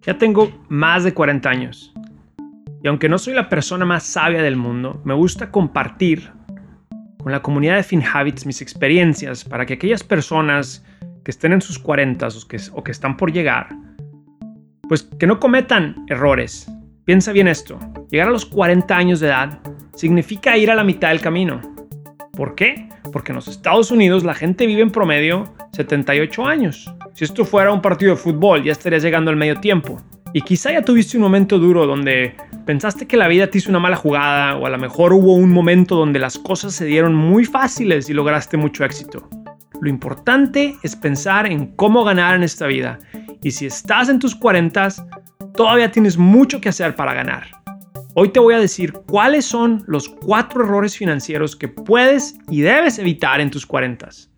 Ya tengo más de 40 años. Y aunque no soy la persona más sabia del mundo, me gusta compartir con la comunidad de FinHabits mis experiencias para que aquellas personas que estén en sus 40 o que están por llegar, pues que no cometan errores. Piensa bien esto. Llegar a los 40 años de edad significa ir a la mitad del camino. ¿Por qué? Porque en los Estados Unidos la gente vive en promedio 78 años. Si esto fuera un partido de fútbol, ya estarías llegando al medio tiempo. Y quizá ya tuviste un momento duro donde pensaste que la vida te hizo una mala jugada, o a lo mejor hubo un momento donde las cosas se dieron muy fáciles y lograste mucho éxito. Lo importante es pensar en cómo ganar en esta vida. Y si estás en tus 40s, todavía tienes mucho que hacer para ganar. Hoy te voy a decir cuáles son los 4 errores financieros que puedes y debes evitar en tus 40s.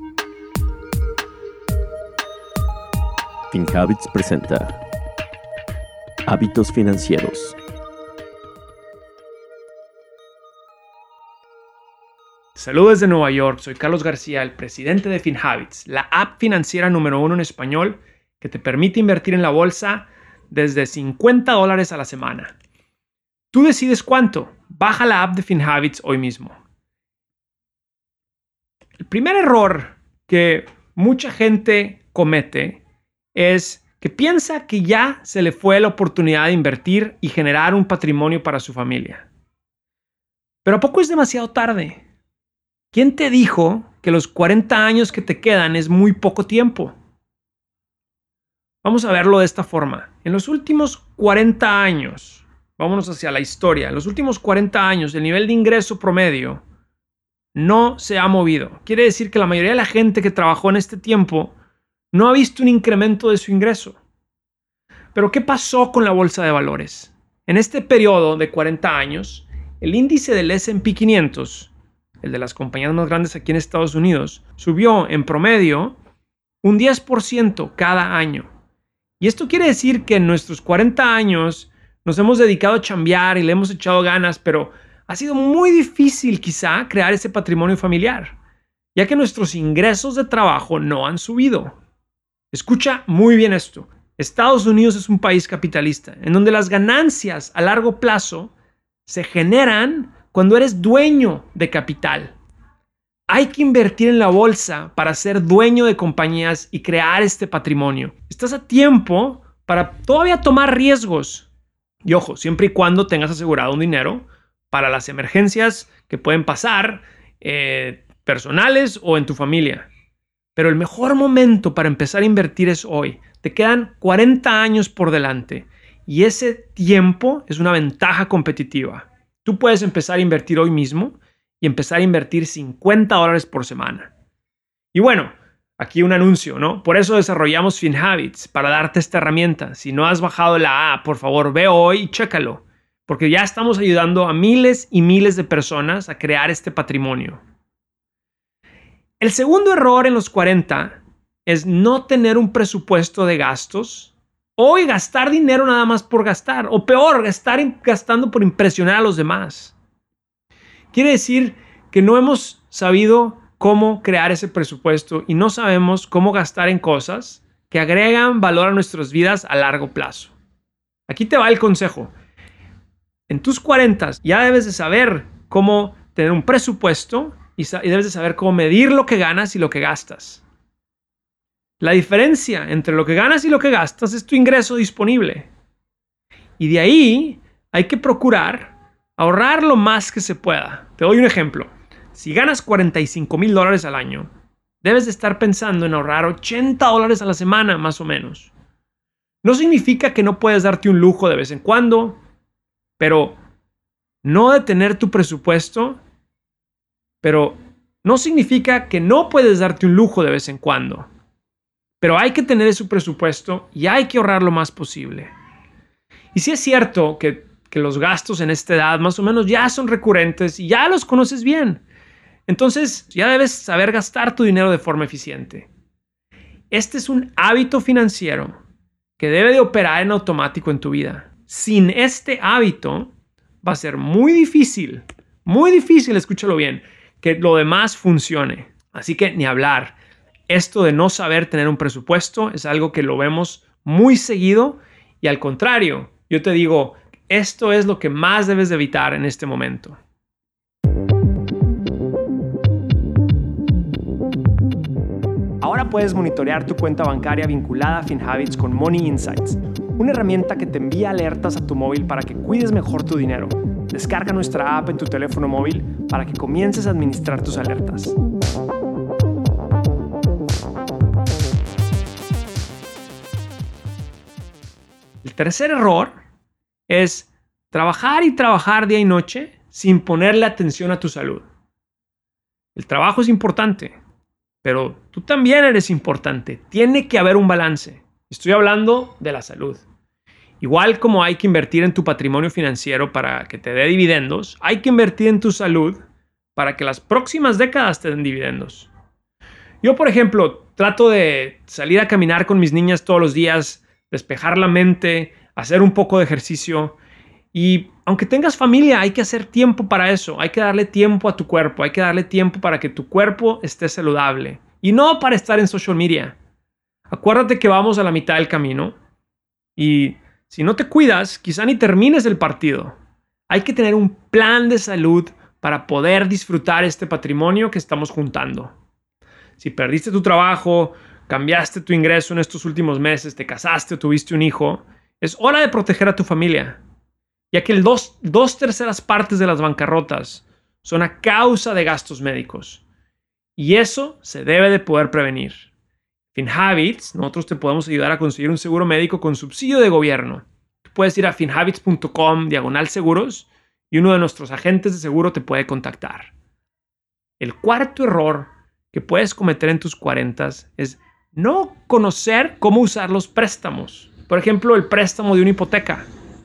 FinHabits presenta Hábitos Financieros. Saludos desde Nueva York, soy Carlos García, el presidente de FinHabits, la app financiera número 1 en español que te permite invertir en la bolsa desde $50 a la semana. Tú decides cuánto. Baja la app de FinHabits hoy mismo. El primer error que mucha gente comete es que piensa que ya se le fue la oportunidad de invertir y generar un patrimonio para su familia. Pero ¿a poco es demasiado tarde? ¿Quién te dijo que los 40 años que te quedan es muy poco tiempo? Vamos a verlo de esta forma. En los últimos 40 años, vámonos hacia la historia, en los últimos 40 años el nivel de ingreso promedio no se ha movido. Quiere decir que la mayoría de la gente que trabajó en este tiempo no ha visto un incremento de su ingreso. Pero ¿qué pasó con la bolsa de valores? En este periodo de 40 años, el índice del S&P 500, el de las compañías más grandes aquí en Estados Unidos, subió en promedio un 10% cada año. Y esto quiere decir que en nuestros 40 años nos hemos dedicado a chambear y le hemos echado ganas, pero ha sido muy difícil quizá crear ese patrimonio familiar, ya que nuestros ingresos de trabajo no han subido. Escucha muy bien esto. Estados Unidos es un país capitalista, en donde las ganancias a largo plazo se generan cuando eres dueño de capital. Hay que invertir en la bolsa para ser dueño de compañías y crear este patrimonio. Estás a tiempo para todavía tomar riesgos. Y ojo, siempre y cuando tengas asegurado un dinero para las emergencias que pueden pasar, personales o en tu familia. Pero el mejor momento para empezar a invertir es hoy. Te quedan 40 años por delante y ese tiempo es una ventaja competitiva. Tú puedes empezar a invertir hoy mismo y empezar a invertir $50 por semana. Y bueno, aquí un anuncio, ¿no? Por eso desarrollamos FinHabits, para darte esta herramienta. Si no has bajado la app, por favor, ve hoy y chécalo, porque ya estamos ayudando a miles y miles de personas a crear este patrimonio. El segundo error en los 40 es no tener un presupuesto de gastos o gastar dinero nada más por gastar, o peor, gastando por impresionar a los demás. Quiere decir que no hemos sabido cómo crear ese presupuesto y no sabemos cómo gastar en cosas que agregan valor a nuestras vidas a largo plazo. Aquí te va el consejo. En tus 40 ya debes de saber cómo tener un presupuesto y debes de saber cómo medir lo que ganas y lo que gastas. La diferencia entre lo que ganas y lo que gastas es tu ingreso disponible. Y de ahí hay que procurar ahorrar lo más que se pueda. Te doy un ejemplo. Si ganas $45,000 al año, debes de estar pensando en ahorrar $80 a la semana, más o menos. No significa que no puedes darte un lujo de vez en cuando, pero no detener tu presupuesto, pero no significa que no puedes darte un lujo de vez en cuando. Pero hay que tener ese presupuesto y hay que ahorrar lo más posible. Y sí es cierto que los gastos en esta edad más o menos ya son recurrentes y ya los conoces bien. Entonces ya debes saber gastar tu dinero de forma eficiente. Este es un hábito financiero que debe de operar en automático en tu vida. Sin este hábito va a ser muy difícil, escúchalo bien, que lo demás funcione. Así que ni hablar. Esto de no saber tener un presupuesto es algo que lo vemos muy seguido Y al contrario, yo te digo, esto es lo que más debes de evitar en este momento. Ahora puedes monitorear tu cuenta bancaria vinculada a FinHabits con Money Insights, una herramienta que te envía alertas a tu móvil para que cuides mejor tu dinero. Descarga nuestra app en tu teléfono móvil para que comiences a administrar tus alertas. El tercer error es trabajar y trabajar día y noche sin ponerle atención a tu salud. El trabajo es importante, pero tú también eres importante. Tiene que haber un balance. Estoy hablando de la salud. Igual como hay que invertir en tu patrimonio financiero para que te dé dividendos, hay que invertir en tu salud para que las próximas décadas te den dividendos. Yo, por ejemplo, trato de salir a caminar con mis niñas todos los días, despejar la mente, hacer un poco de ejercicio. Y aunque tengas familia, hay que hacer tiempo para eso. Hay que darle tiempo a tu cuerpo. Hay que darle tiempo para que tu cuerpo esté saludable. Y no para estar en social media. Acuérdate que vamos a la mitad del camino. Y si no te cuidas, quizá ni termines el partido. Hay que tener un plan de salud para poder disfrutar este patrimonio que estamos juntando. Si perdiste tu trabajo, cambiaste tu ingreso en estos últimos meses, te casaste o tuviste un hijo, es hora de proteger a tu familia. Ya que dos terceras partes de las bancarrotas son a causa de gastos médicos. Y eso se debe de poder prevenir. FinHabits, nosotros te podemos ayudar a conseguir un seguro médico con subsidio de gobierno. Tú puedes ir a finhabits.com/seguros y uno de nuestros agentes de seguro te puede contactar. El cuarto error que puedes cometer en tus 40s es no conocer cómo usar los préstamos. Por ejemplo, el préstamo de una hipoteca.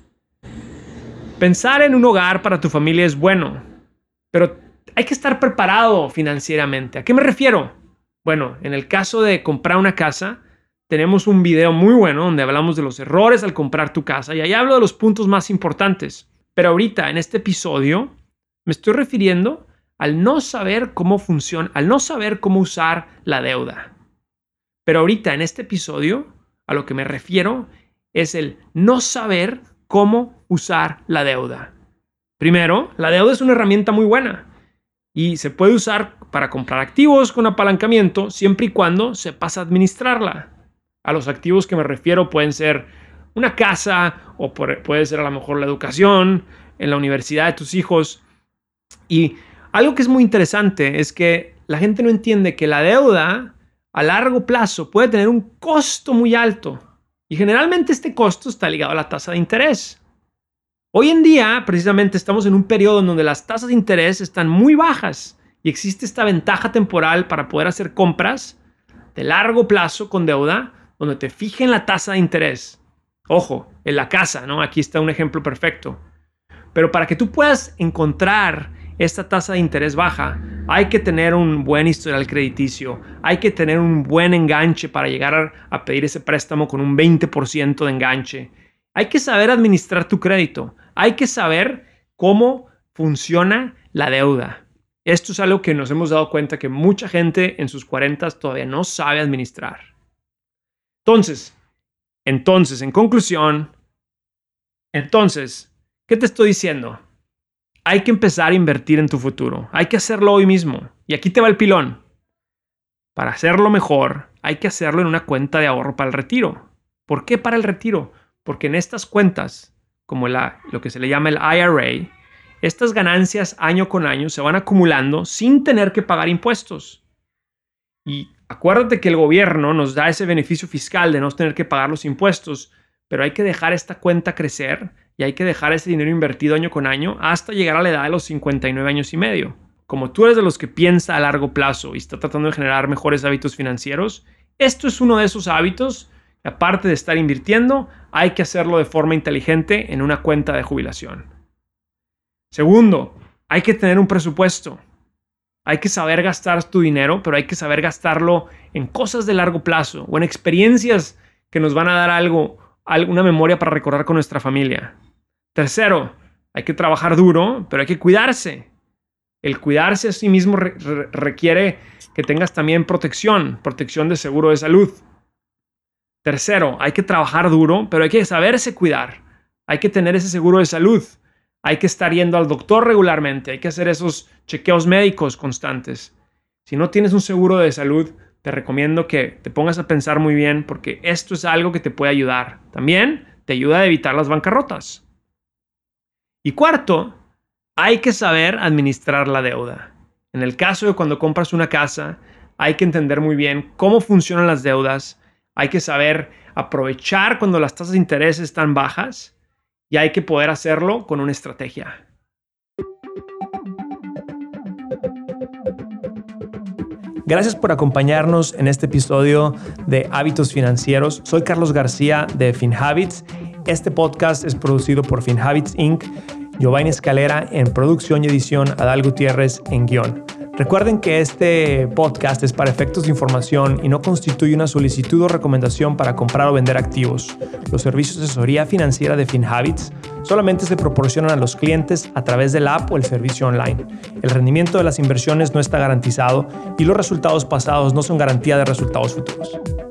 Pensar en un hogar para tu familia es bueno, pero hay que estar preparado financieramente. ¿A qué me refiero? Bueno, en el caso de comprar una casa, tenemos un video muy bueno donde hablamos de los errores al comprar tu casa y ahí hablo de los puntos más importantes. Pero ahorita, en este episodio, me estoy refiriendo al no saber cómo funciona, al no saber cómo usar la deuda. Pero ahorita, en este episodio, a lo que me refiero es el no saber cómo usar la deuda. Primero, la deuda es una herramienta muy buena y se puede usar para comprar activos con apalancamiento siempre y cuando sepas administrarla. A los activos que me refiero pueden ser una casa o puede ser a lo mejor la educación en la universidad de tus hijos. Y algo que es muy interesante es que la gente no entiende que la deuda a largo plazo puede tener un costo muy alto. Y generalmente este costo está ligado a la tasa de interés. Hoy en día, precisamente, estamos en un periodo en donde las tasas de interés están muy bajas y existe esta ventaja temporal para poder hacer compras de largo plazo con deuda donde te fijen la tasa de interés. Ojo, en la casa, ¿no? Aquí está un ejemplo perfecto. Pero para que tú puedas encontrar esta tasa de interés baja, hay que tener un buen historial crediticio, hay que tener un buen enganche para llegar a pedir ese préstamo con un 20% de enganche. Hay que saber administrar tu crédito, hay que saber cómo funciona la deuda. Esto es algo que nos hemos dado cuenta que mucha gente en sus 40s todavía no sabe administrar. Entonces, en conclusión, ¿qué te estoy diciendo? Hay que empezar a invertir en tu futuro. Hay que hacerlo hoy mismo. Y aquí te va el pilón. Para hacerlo mejor, hay que hacerlo en una cuenta de ahorro para el retiro. ¿Por qué para el retiro? Porque en estas cuentas, como lo que se le llama el IRA, estas ganancias año con año se van acumulando sin tener que pagar impuestos. Y acuérdate que el gobierno nos da ese beneficio fiscal de no tener que pagar los impuestos, pero hay que dejar esta cuenta crecer y hay que dejar ese dinero invertido año con año hasta llegar a la edad de los 59 años y medio. Como tú eres de los que piensa a largo plazo y está tratando de generar mejores hábitos financieros, esto es uno de esos hábitos. Aparte de estar invirtiendo, hay que hacerlo de forma inteligente en una cuenta de jubilación. Segundo, hay que tener un presupuesto. Hay que saber gastar tu dinero, pero hay que saber gastarlo en cosas de largo plazo o en experiencias que nos van a dar alguna memoria para recordar con nuestra familia. Tercero, hay que trabajar duro, pero hay que cuidarse. El cuidarse a sí mismo requiere que tengas también protección de seguro de salud. Tercero, hay que trabajar duro, pero hay que saberse cuidar. Hay que tener ese seguro de salud. Hay que estar yendo al doctor regularmente. Hay que hacer esos chequeos médicos constantes. Si no tienes un seguro de salud, te recomiendo que te pongas a pensar muy bien porque esto es algo que te puede ayudar. También te ayuda a evitar las bancarrotas. Y cuarto, hay que saber administrar la deuda. En el caso de cuando compras una casa, hay que entender muy bien cómo funcionan las deudas. Hay que saber aprovechar cuando las tasas de interés están bajas y hay que poder hacerlo con una estrategia. Gracias por acompañarnos en este episodio de Hábitos Financieros. Soy Carlos García de FinHabits. Este podcast es producido por FinHabits Inc., Giovanni Escalera en producción y edición, Adal Gutiérrez en guión. Recuerden que este podcast es para efectos de información y no constituye una solicitud o recomendación para comprar o vender activos. Los servicios de asesoría financiera de FinHabits solamente se proporcionan a los clientes a través de la app o el servicio online. El rendimiento de las inversiones no está garantizado y los resultados pasados no son garantía de resultados futuros.